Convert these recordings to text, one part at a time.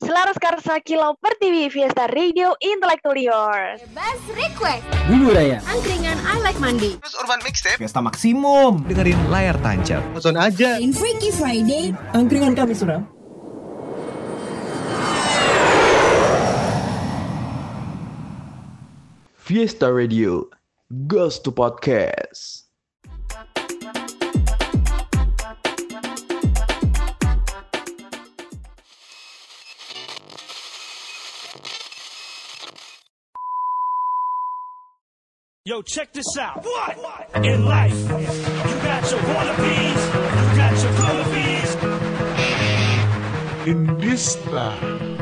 Selaras Karsa Kilau Pertiwi Fiesta Radio Intellectual Yours. Bebas request. Bulu Raya. Angkringan I Like Mandi. Terus Urban Mixtape. Fiesta Maksimum. Dengerin layar tancap. Nonton aja. In Freaky Friday. Angkringan kami suram. Fiesta Radio Goes to Podcast. Yo, check this out. What? In life, you got your wannabes, you got your wannabes. Indista.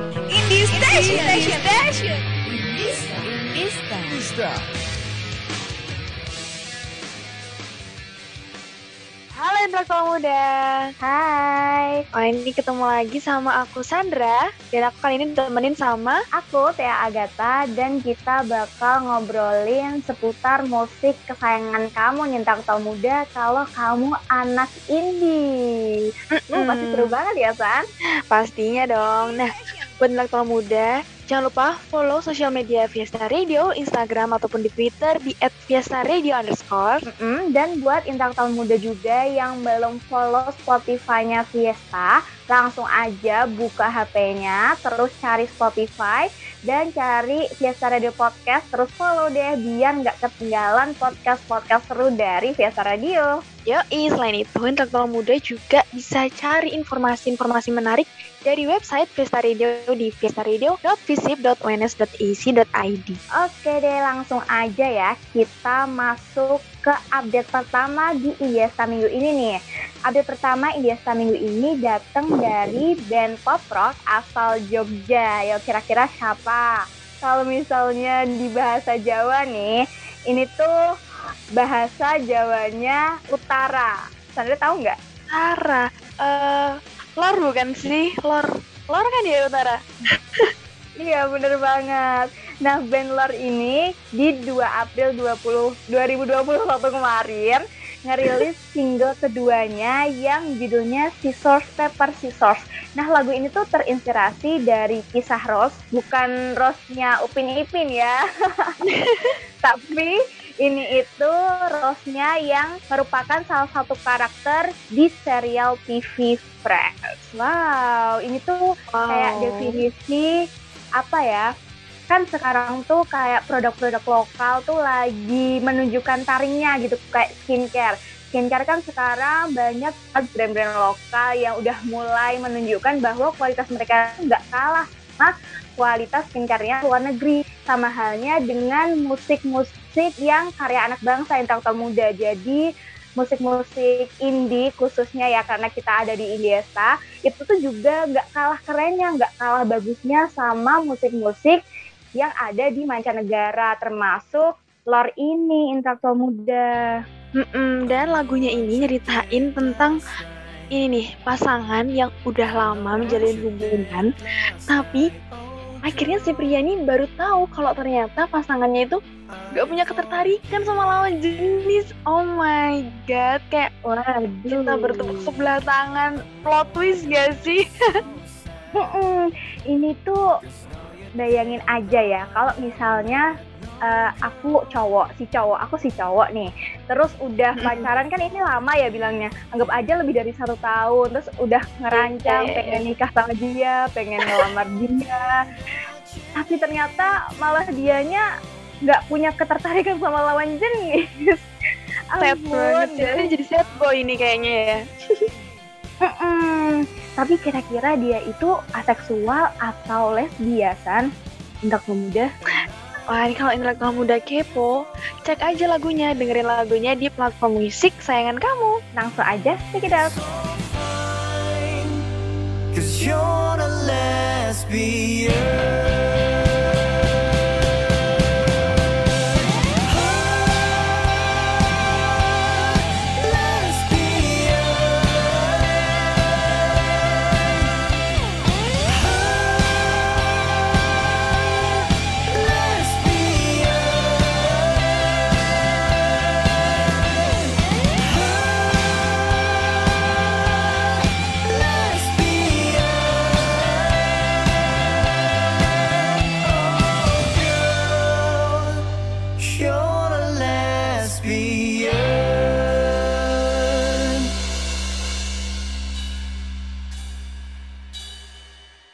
Halo intelektual muda. Hai. Ini ketemu lagi sama aku Sandra. Dan aku kali ini ditemenin sama aku Tia Agatha, dan kita bakal ngobrolin seputar musik kesayangan kamu intelektual muda kalau kamu anak indie. Pasti seru banget ya, San? Pastinya dong. Nah, buat intelektual muda, jangan lupa follow sosial media Fiesta Radio, Instagram ataupun di Twitter di @fiestaradio_. Dan buat intelektual muda juga yang belum follow Spotify-nya Fiesta, langsung aja buka HP-nya, terus cari Spotify dan cari Fiesta Radio Podcast, terus follow deh biar nggak ketinggalan podcast-podcast seru dari Fiesta Radio. Yoi, selain itu intelektual muda juga bisa cari informasi-informasi menarik dari website Fiesta Radio di fiestaradio.visip.uns.ac.id. Oke deh, langsung aja ya kita masuk ke update pertama di Indiesta minggu ini nih. Update pertama Indiesta minggu ini datang dari band pop rock asal Jogja. Yo, kira-kira siapa? Kalau misalnya di bahasa Jawa nih, ini tuh bahasa Jawanya Utara. Sandra tahu nggak? Utara, lor bukan sih? Lor kan ya Utara? Iya, bener banget. Nah, band Lor ini di 2 April 2021 kemarin ngerilis single keduanya yang judulnya Scissors Paper Scissors. Nah, lagu ini tuh terinspirasi dari kisah Rose, bukan Rose-nya Upin Ipin ya. Tapi ini itu Rose-nya yang merupakan salah satu karakter di serial TV Friends. Wow, ini tuh kayak definisi apa ya? Kan sekarang tuh kayak produk-produk lokal tuh lagi menunjukkan taringnya gitu, kayak skincare. Skincare kan sekarang banyak brand-brand lokal yang udah mulai menunjukkan bahwa kualitas mereka nggak kalah sama kualitas skincare-nya luar negeri. Sama halnya dengan musik-musik yang karya anak bangsa intelektual muda. Jadi musik-musik indie khususnya ya, karena kita ada di Indiesta, itu tuh juga nggak kalah kerennya, nggak kalah bagusnya sama musik-musik yang ada di mancanegara, termasuk Lor ini intelektual muda. Dan lagunya ini nyeritain tentang ini nih, pasangan yang udah lama menjalin hubungan, tapi akhirnya si pria ini baru tahu kalau ternyata pasangannya itu gak punya ketertarikan sama lawan jenis. Oh my god, kayak kita bertepuk sebelah tangan. Plot twist gak sih? Ini tuh bayangin aja ya, kalau misalnya aku si cowok nih, terus udah pacaran, kan ini lama ya bilangnya, anggap aja lebih dari 1 tahun, terus udah ngerancang pengen nikah sama dia, pengen ngelamar dia, tapi ternyata malah dianya nggak punya ketertarikan sama lawan jenis. Sad banget, jadi sad boy ini kayaknya ya. Tapi kira-kira dia itu aseksual atau lesbian? Intelektual muda. Wah, ini kalau intelektual muda kepo, cek aja lagunya, dengerin lagunya di platform musik kesayangan kamu. Langsung aja, check it out. Cause you're a lesbian.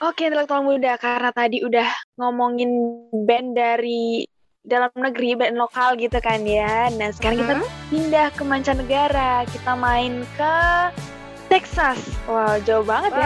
Oke, intelektual muda, karena tadi udah ngomongin band dari dalam negeri, band lokal gitu kan ya. Nah, sekarang kita pindah ke mancanegara. Kita main ke Texas. Wow, jauh banget ya.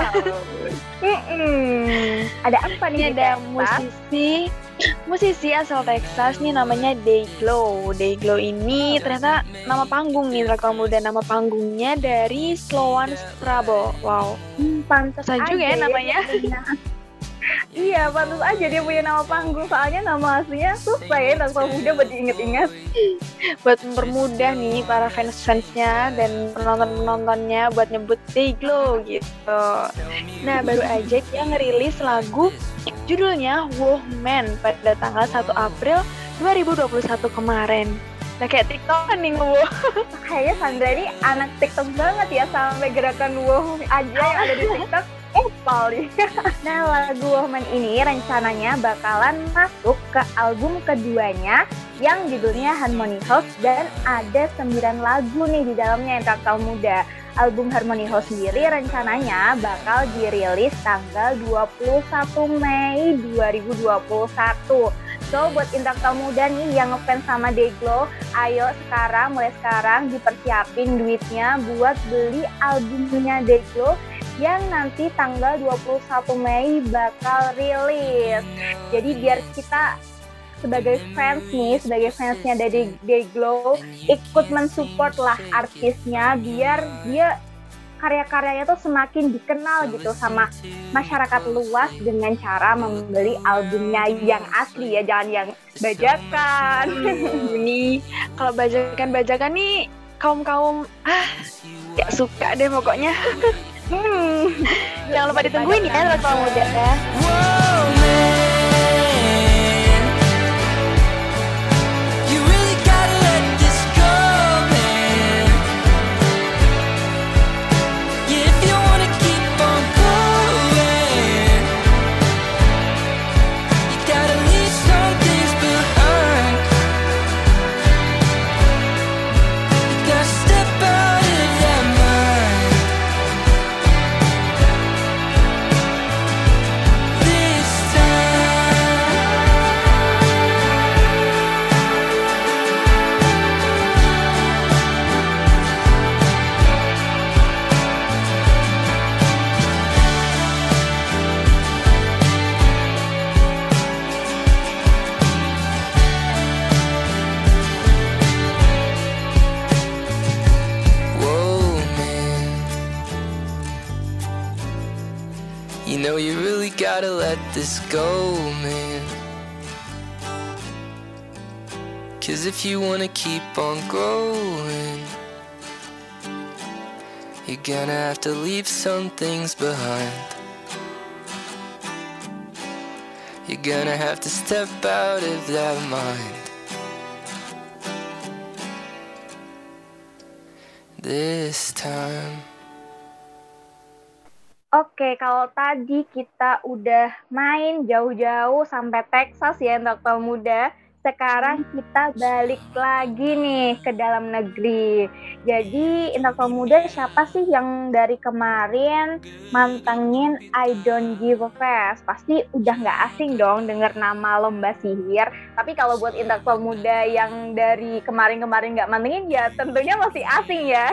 Ada apa nih? Ini ada musisi asal Texas nih, namanya Dayglow. Dayglow ini ternyata nama panggung nih, intelektual muda. Nama panggungnya dari Sloan Strabo. Wow, Pantas juga ya namanya. Iya, pantas aja dia punya nama panggung. Soalnya nama aslinya susah ya, intelektual muda buat diinget-inget. Buat mempermudah nih para fans-fansnya dan penonton-penontonnya buat nyebut Dayglow gitu. Nah, baru aja dia ngerilis lagu judulnya Woman pada tanggal 1 April 2021 kemarin. Nah, kayak TikTok kan nih wow. Kayaknya Sandra ini anak TikTok banget ya, sampai gerakan wow aja yang ada di TikTok paling. Nah, lagu Woman ini rencananya bakalan masuk ke album keduanya yang judulnya Harmony House, dan ada 9 lagu nih di dalamnya intelektual muda. Album Harmony House sendiri rencananya bakal dirilis tanggal 21 Mei 2021. So, buat intelektual muda nih yang ngefans sama Dayglow, ayo mulai sekarang dipersiapin duitnya buat beli albumnya Dayglow yang nanti tanggal 21 Mei bakal rilis. Jadi biar kita sebagai fansnya dari Dayglow ikut mensupport lah artisnya, biar dia karya-karyanya tuh semakin dikenal gitu sama masyarakat luas dengan cara membeli albumnya yang asli ya, jangan yang bajakan. Ini kalau bajakan nih kaum gak suka deh pokoknya. Jangan lupa ditungguin ya intelektual muda ya. You know you really gotta let this go, man. 'Cause if you wanna keep on growing, you're gonna have to leave some things behind. You're gonna have to step out of that mind. This time. Oke, kalau tadi kita udah main jauh-jauh sampai Texas ya intelektual muda, sekarang kita balik lagi nih ke dalam negeri. Jadi intelektual muda siapa sih yang dari kemarin mantengin I Don't Give a Fuck? Pasti udah nggak asing dong denger nama Lomba Sihir. Tapi kalau buat intelektual muda yang dari kemarin-kemarin nggak mantengin ya tentunya masih asing ya.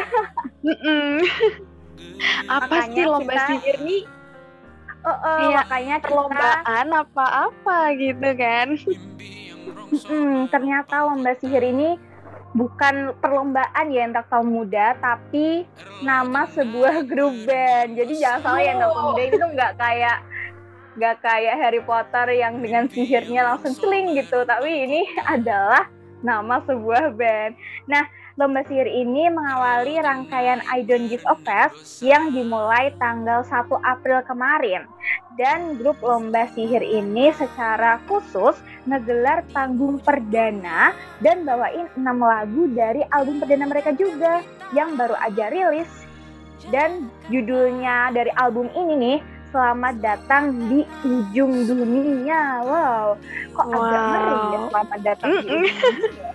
Apa Makanya sih Lomba Sihir nih? Makanya perlombaan apa-apa gitu kan. Ternyata Lomba Sihir ini bukan perlombaan ya intelektual muda, tapi nama sebuah grup band. Jadi jangan salah ya intelektual muda itu nggak kayak Harry Potter yang dengan sihirnya langsung celing gitu, tapi ini adalah nama sebuah band. Nah, Lomba Sihir ini mengawali rangkaian I Don't Give a Fuck yang dimulai tanggal 1 April kemarin. Dan grup Lomba Sihir ini secara khusus ngegelar panggung perdana dan bawain 6 lagu dari album perdana mereka juga yang baru aja rilis. Dan judulnya dari album ini nih, Selamat Datang di Ujung Dunia. Wow, kok agak ngeri ya Selamat Datang di Ujung Dunia.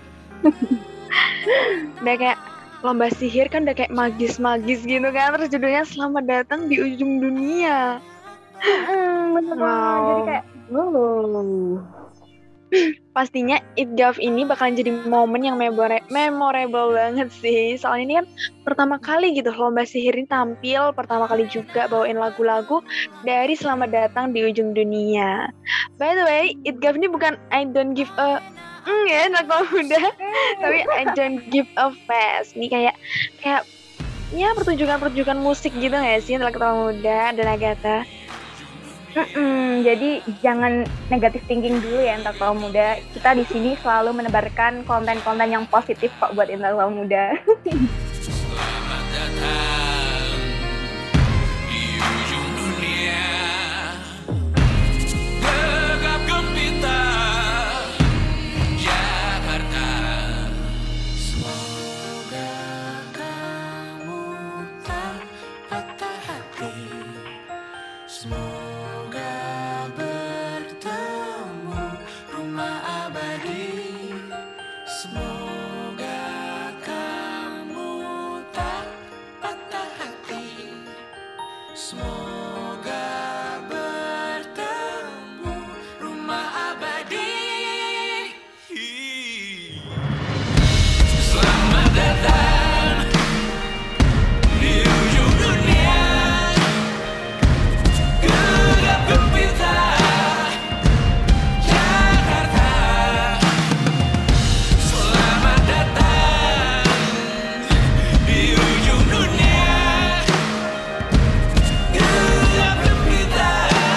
Udah kayak Lomba Sihir kan udah kayak magis-magis gitu kan, terus judulnya Selamat Datang di Ujung Dunia. Jadi kayak Pastinya ITGAF ini bakalan jadi momen yang memorable banget sih. Soalnya ini kan pertama kali gitu lomba sihir ini tampil, pertama kali juga bawain lagu-lagu dari Selamat Datang di Ujung Dunia. By the way, ITGAF ini bukan I don't give a ya anak muda, tapi I don't give a fast. Ini kayak ya pertunjukan musik gitu nggak sih anak muda dan Agatha? Jadi jangan negatif thinking dulu ya intelektual muda. Kita di sini selalu menebarkan konten-konten yang positif kok buat intelektual muda. Selamat datang di ujung dunia. Gegap gempita Jakarta. Semoga kamu tak patah hati. Semoga bertemu rumah abadi. Semoga kamu tak patah hati. Semoga bertemu rumah abadi. Selamat datang di ujung dunia. Gegap gempita Jakarta. Selamat datang di ujung dunia. Gegap gempita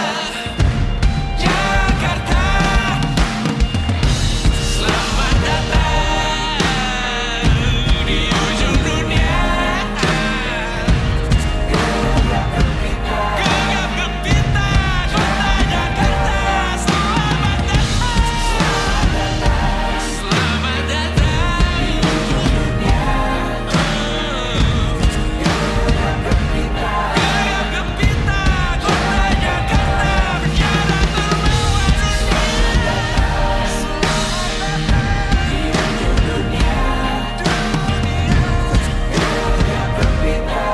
Jakarta. Selamat datang di ujung dunia. Gegap gempita kota Jakarta. Selamat datang. Selamat datang di ujung dunia. Gegap gempita kota Jakarta. Berjalan termewah dunia. Selamat datang di ujung dunia. Gegap gempita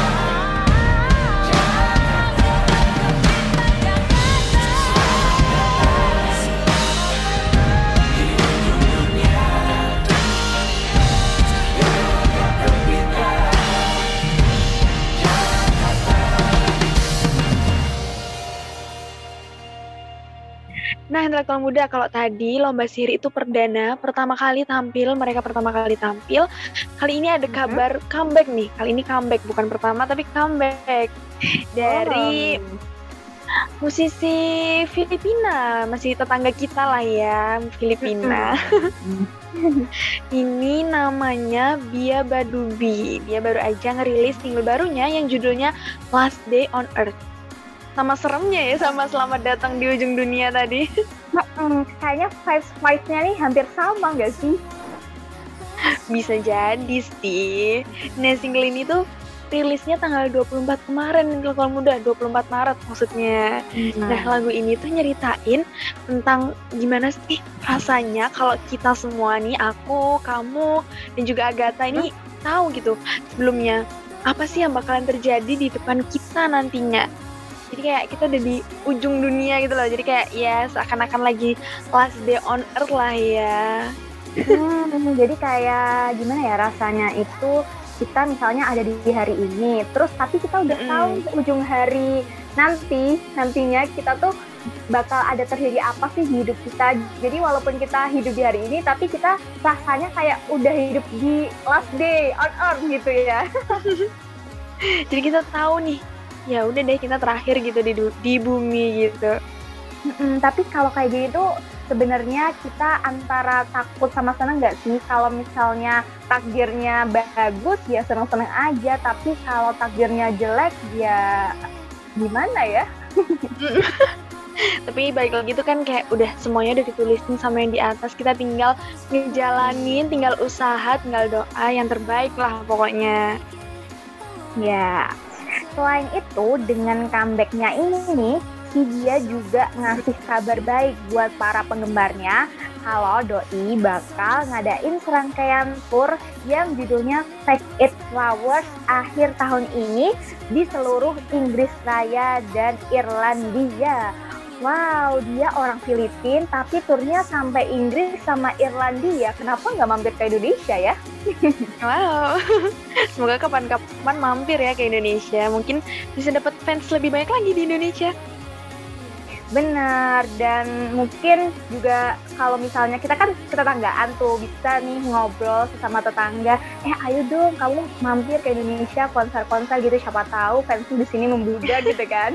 Nah, intelektual muda, kalau tadi lomba sihir itu mereka pertama kali tampil. Kali ini ada kabar comeback nih. Kali ini comeback, bukan pertama tapi comeback dari musisi Filipina, masih tetangga kita lah ya, Filipina. Ini namanya Bia Badubi. Dia baru aja ngerilis single barunya yang judulnya Last Day on Earth. Sama seremnya ya sama Selamat Datang di Ujung Dunia tadi. Kayaknya vibes-nya nih hampir sama nggak sih? Bisa jadi sih. Nah, single ini tuh rilisnya tanggal 24 kemarin, intelektual muda, 24 Maret maksudnya. Nah, lagu ini tuh nyeritain tentang gimana sih rasanya kalau kita semua nih, aku, kamu, dan juga Agatha ini tahu gitu sebelumnya apa sih yang bakalan terjadi di depan kita nantinya. Jadi kayak kita udah di ujung dunia gitu loh. Jadi kayak ya seakan-akan lagi last day on earth lah ya. Jadi kayak gimana ya rasanya itu kita misalnya ada di hari ini, terus tapi kita udah tahu ujung hari nantinya kita tuh bakal ada terjadi apa sih di hidup kita. Jadi walaupun kita hidup di hari ini, tapi kita rasanya kayak udah hidup di last day on earth gitu ya. Jadi kita tahu nih, ya udah deh kita terakhir gitu di bumi gitu. Tapi kalau kayak gini tuh sebenarnya kita antara takut sama seneng nggak sih? Kalau misalnya takdirnya bagus ya seneng-seneng aja, tapi kalau takdirnya jelek ya gimana ya? Tapi balik lagi tuh kan kayak udah semuanya udah ditulisin sama yang di atas, kita tinggal ngejalanin, tinggal usaha, tinggal doa yang terbaik lah pokoknya. Ya, selain itu dengan comeback-nya ini si dia juga ngasih kabar baik buat para penggemarnya kalau Doi bakal ngadain serangkaian tour yang judulnya Take It Flowers akhir tahun ini di seluruh Inggris Raya dan Irlandia. Wow, dia orang Filipina tapi turnya sampai Inggris sama Irlandia. Kenapa nggak mampir ke Indonesia ya? Wow, semoga kapan-kapan mampir ya ke Indonesia. Mungkin bisa dapat fans lebih banyak lagi di Indonesia. Benar, dan mungkin juga kalau misalnya kita kan tetanggaan tuh, bisa nih ngobrol sesama tetangga. Ayo dong kamu mampir ke Indonesia konser-konser gitu, siapa tahu fans di sini membludak gitu kan.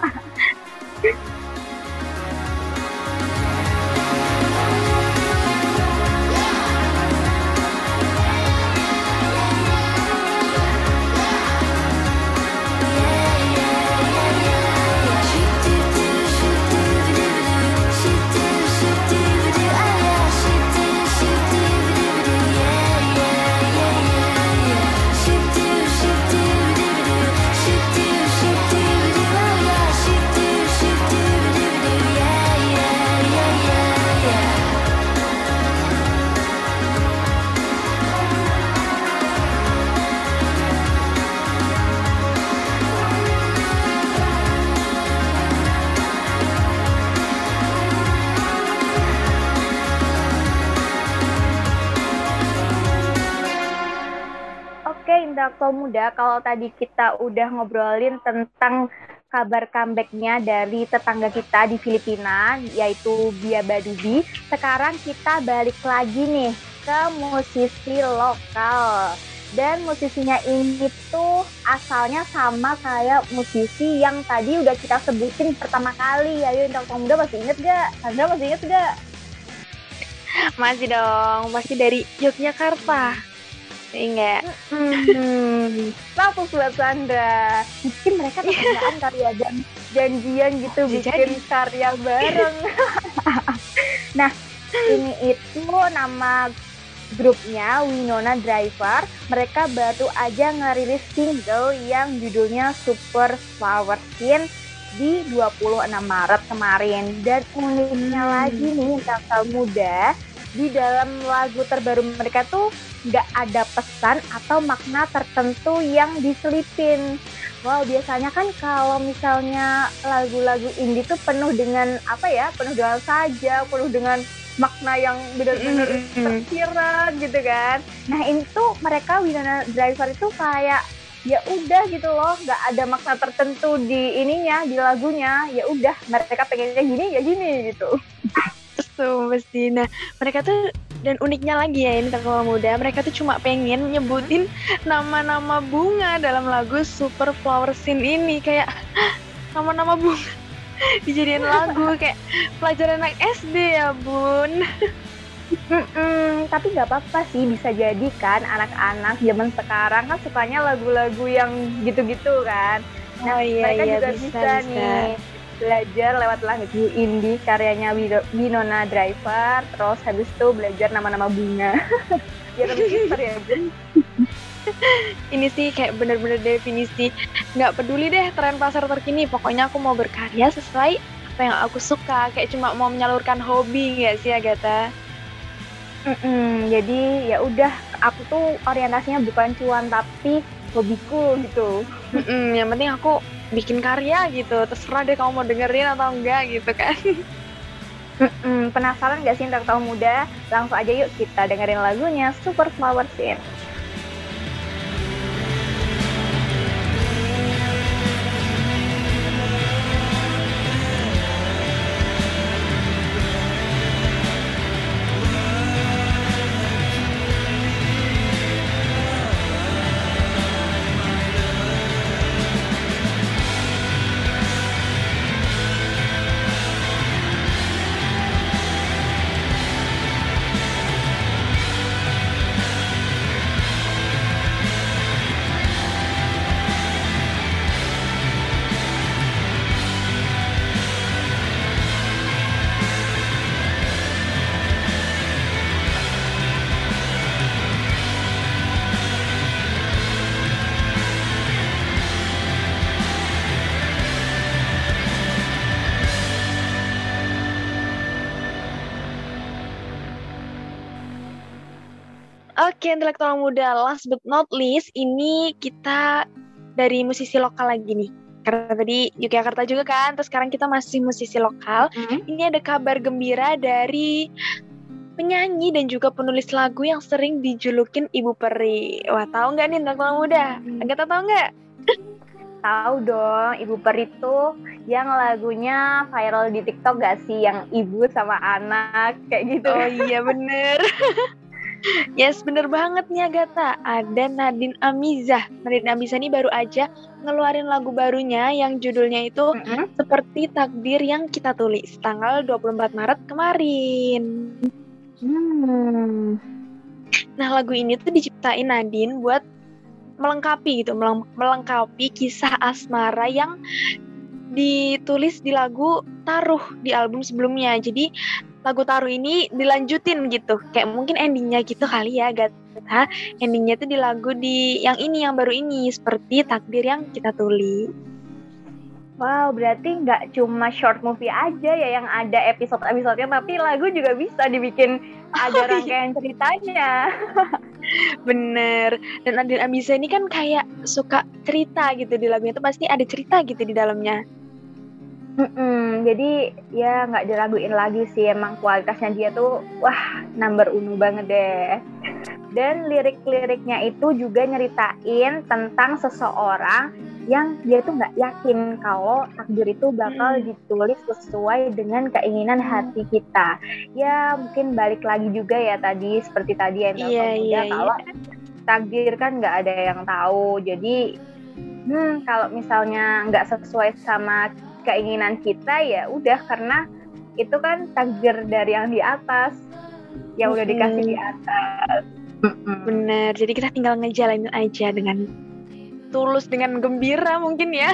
Intelektual muda, kalau tadi kita udah ngobrolin tentang kabar comeback-nya dari tetangga kita di Filipina, yaitu Bia Badubi, sekarang kita balik lagi nih ke musisi lokal. Dan musisinya ini tuh asalnya sama kayak musisi yang tadi udah kita sebutin pertama kali. Ayo intelektual muda masih inget gak? Sandra masih inget gak? Masih dong, pasti dari Yogyakarta. Enggak. Langsung buat Sandra. Mungkin mereka tetanggaan kali ya, janjian gitu bikin karya bareng. Nah, ini itu nama grupnya Winona Driver. Mereka baru aja ngerilis single yang judulnya Super Flower Scene di 26 Maret kemarin. Dan uniknya lagi nih, kakak muda, di dalam lagu terbaru mereka tuh nggak ada pesan atau makna tertentu yang diselipin. Wow, biasanya kan kalau misalnya lagu-lagu indie tuh penuh dengan penuh dengan saja, penuh dengan makna yang benar-benar tersirat gitu kan. Nah ini tuh mereka Winona Driver itu kayak ya udah gitu loh, nggak ada makna tertentu di ininya, di lagunya. Ya udah, mereka pengennya gini ya gini gitu. Tuh pasti. Nah mereka tuh, dan uniknya lagi ya ini kakak muda, mereka tuh cuma pengen nyebutin nama-nama bunga dalam lagu Super Flower Scene ini. Kayak nama-nama bunga dijadiin lagu kayak pelajaran anak SD ya bun. Tapi nggak apa-apa sih, bisa jadi kan anak-anak zaman sekarang kan sukanya lagu-lagu yang gitu-gitu kan. Nah mereka juga bisa nih belajar lewat lagu indie karyanya Winona Driver, terus habis itu belajar nama-nama bunga. Biar lebih pintar ya bun. Ini sih kayak bener-bener definisi nggak peduli deh tren pasar terkini, pokoknya aku mau berkarya sesuai apa yang aku suka, kayak cuma mau menyalurkan hobi nggak sih Agatha? Jadi ya udah, aku tuh orientasinya bukan cuan tapi hobiku gitu. Yang penting aku bikin karya gitu, terserah deh kamu mau dengerin atau enggak gitu kan. Penasaran gak sih intelektual muda? Langsung aja yuk kita dengerin lagunya Super Flower Scene. Oke, intelektual muda, last but not least, ini kita dari musisi lokal lagi nih. Karena tadi Yogyakarta juga kan, terus sekarang kita masih musisi lokal. Ini ada kabar gembira dari penyanyi dan juga penulis lagu yang sering dijulukin Ibu Peri. Wah, tahu nggak nih Intelektual Muda? Agatha tahu nggak? Tahu dong, Ibu Peri itu yang lagunya viral di TikTok gak sih? Yang ibu sama anak, kayak gitu. Oh iya, bener. Yes, bener banget nih Agatha. Ada Nadine Amizah. Nadine Amizah ini baru aja ngeluarin lagu barunya yang judulnya itu Seperti Takdir Yang Kita Tulis, tanggal 24 Maret kemarin. Nah, lagu ini tuh diciptain Nadine buat melengkapi gitu, melengkapi kisah asmara yang ditulis di lagu Taruh di album sebelumnya. Jadi lagu Taruh ini dilanjutin gitu, kayak mungkin endingnya gitu kali ya, Agatha. Endingnya tuh di lagu yang baru ini, Seperti Takdir Yang Kita Tulis. Wow, berarti nggak cuma short movie aja ya yang ada episode-episodenya, tapi lagu juga bisa dibikin ada rangkaian ceritanya. Bener. Dan Nadine Amizah ini kan kayak suka cerita gitu, di lagunya tuh pasti ada cerita gitu di dalamnya. Jadi ya nggak diraguin lagi sih, emang kualitasnya dia tuh wah number uno banget deh. Dan lirik-liriknya itu juga nyeritain tentang seseorang yang dia tuh nggak yakin kalau takdir itu bakal ditulis sesuai dengan keinginan hati kita. Ya mungkin balik lagi juga ya tadi seperti tadi yang kalau takdir kan nggak ada yang tahu. Jadi kalau misalnya nggak sesuai sama keinginan kita ya udah, karena itu kan takdir dari yang di atas, yang udah dikasih di atas. Bener, jadi kita tinggal ngejalanin aja dengan tulus, dengan gembira mungkin ya.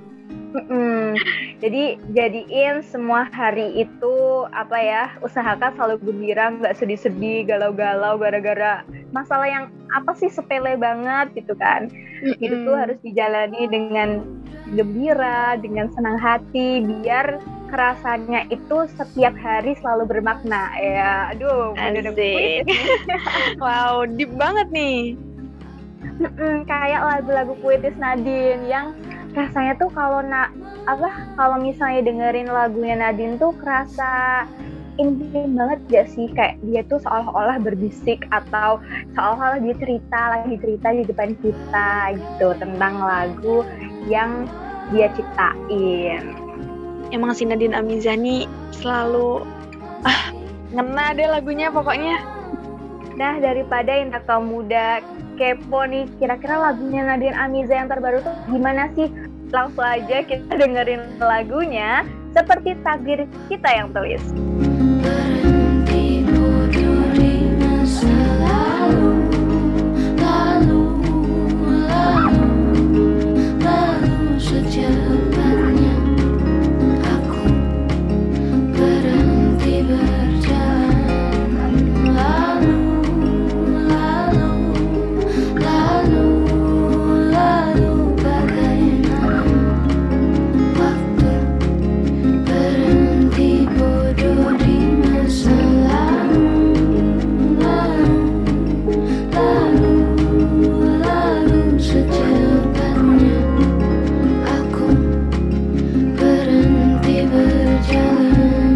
Jadi jadiin semua hari itu usahakan selalu gembira, nggak sedih-sedih, galau-galau gara-gara masalah yang sepele banget gitu kan. Itu tuh harus dijalani dengan gembira, dengan senang hati, biar kerasanya itu setiap hari selalu bermakna. Ya, aduh, asik. Wow, deep banget nih. Kayak lagu-lagu puitis Nadine yang rasanya tuh kalau misalnya dengerin lagunya Nadine tuh kerasa intim banget gak sih, kayak dia tuh seolah-olah berbisik atau seolah-olah dia lagi cerita di depan kita gitu tentang lagu yang dia ciptain. Emang si Nadine Amizah nih selalu ngena deh lagunya pokoknya. Nah, daripada Intelektual Muda kepo nih kira-kira lagunya Nadine Amizah yang terbaru tuh gimana sih, langsung aja kita dengerin lagunya Seperti Takdir Kita Yang Tulis. Berhenti bodoh di masa lalu, lalu secepatnya aku berhenti berjalan, lalu bagaimana waktu berhenti bodoh di masa lalu, secepatnya aku berhenti berjalan.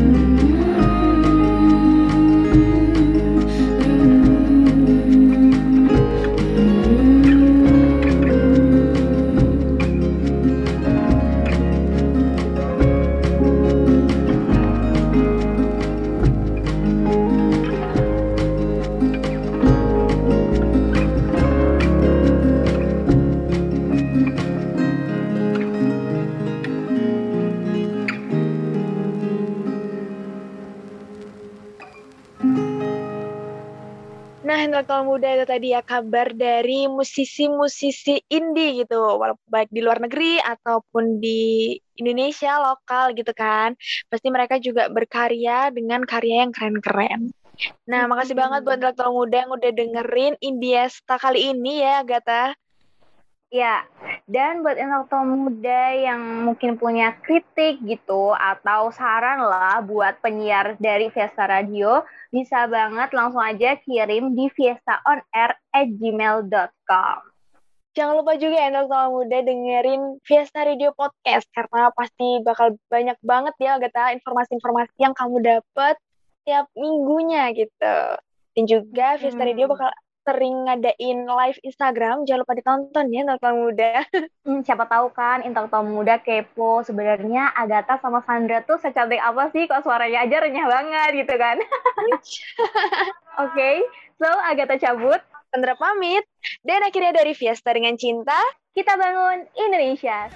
Nah, Intelektual Muda itu tadi ya kabar dari musisi-musisi indie gitu, baik di luar negeri ataupun di Indonesia lokal gitu kan. Pasti mereka juga berkarya dengan karya yang keren-keren. Nah, makasih banget buat Intelektual Muda yang udah dengerin Indiesta kali ini ya, Agatha. Ya, dan buat Intelektual Muda yang mungkin punya kritik gitu atau saran lah buat penyiar dari Fiesta Radio, bisa banget langsung aja kirim di fiestaonair@gmail.com. Jangan lupa juga ya untuk teman muda dengerin Fiesta Radio Podcast karena pasti bakal banyak banget ya Agatha informasi-informasi yang kamu dapat tiap minggunya gitu. Dan juga Fiesta Radio bakal sering ngadain live Instagram, jangan lupa ditonton ya untuk teman muda. Siapa tahu kan intelektual muda kepo sebenarnya Agatha sama Sandra tuh secantik apa sih, kok suaranya aja renyah banget gitu kan. Oke, so Agatha cabut, Sandra pamit, dan akhirnya dari Fiesta dengan Cinta, kita bangun Indonesia.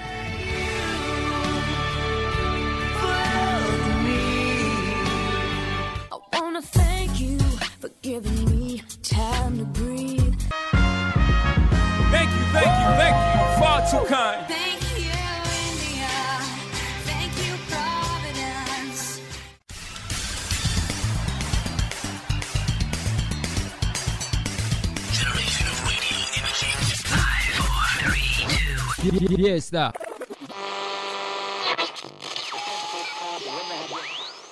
I wanna thank you for giving me time to breathe. Thank you, thank you, thank you. Far too kind. Thank you, India. Thank you, Providence. Generation of radio imaging. 5, 4, 3, 2. Fiesta.